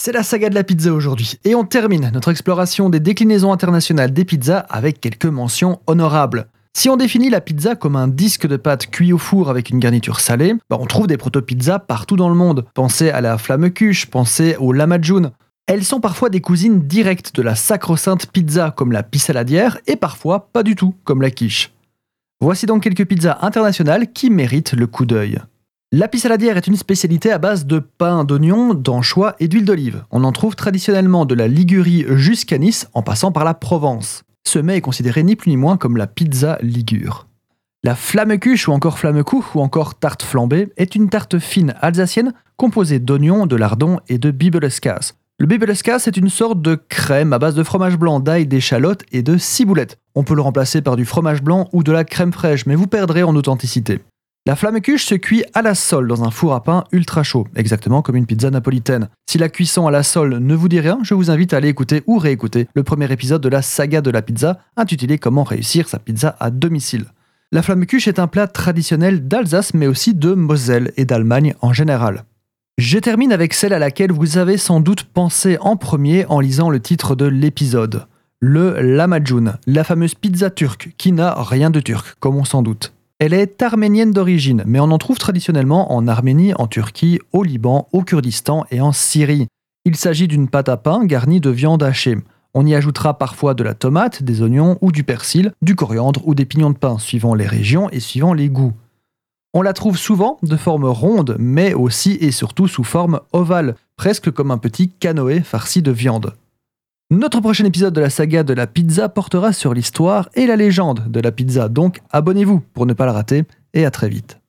C'est la saga de la pizza aujourd'hui, et on termine notre exploration des déclinaisons internationales des pizzas avec quelques mentions honorables. Si on définit la pizza comme un disque de pâte cuit au four avec une garniture salée, on trouve des proto-pizzas partout dans le monde. Pensez à la Flammekuche, pensez au Lamajun. Elles sont parfois des cousines directes de la sacro-sainte pizza comme la pissaladière, et parfois pas du tout comme la quiche. Voici donc quelques pizzas internationales qui méritent le coup d'œil. La pissaladière est une spécialité à base de pain, d'oignons, d'anchois et d'huile d'olive. On en trouve traditionnellement de la Ligurie jusqu'à Nice en passant par la Provence. Ce mets est considéré ni plus ni moins comme la pizza ligure. La Flammekuche ou encore Flammekuch ou encore tarte flambée est une tarte fine alsacienne composée d'oignons, de lardons et de bibeleskas. Le bibeleskas est une sorte de crème à base de fromage blanc, d'ail, d'échalotes et de ciboulette. On peut le remplacer par du fromage blanc ou de la crème fraîche, mais vous perdrez en authenticité. La Flammekuche se cuit à la sole dans un four à pain ultra chaud, exactement comme une pizza napolitaine. Si la cuisson à la sole ne vous dit rien, je vous invite à aller écouter ou réécouter le premier épisode de la saga de la pizza, intitulé Comment réussir sa pizza à domicile. La Flammekuche est un plat traditionnel d'Alsace mais aussi de Moselle et d'Allemagne en général. Je termine avec celle à laquelle vous avez sans doute pensé en premier en lisant le titre de l'épisode. Le Lamajun, la fameuse pizza turque qui n'a rien de turc, comme on s'en doute. Elle est arménienne d'origine, mais on en trouve traditionnellement en Arménie, en Turquie, au Liban, au Kurdistan et en Syrie. Il s'agit d'une pâte à pain garnie de viande hachée. On y ajoutera parfois de la tomate, des oignons ou du persil, du coriandre ou des pignons de pain, suivant les régions et suivant les goûts. On la trouve souvent de forme ronde, mais aussi et surtout sous forme ovale, presque comme un petit canoë farci de viande. Notre prochain épisode de la saga de la pizza portera sur l'histoire et la légende de la pizza, donc abonnez-vous pour ne pas la rater et à très vite.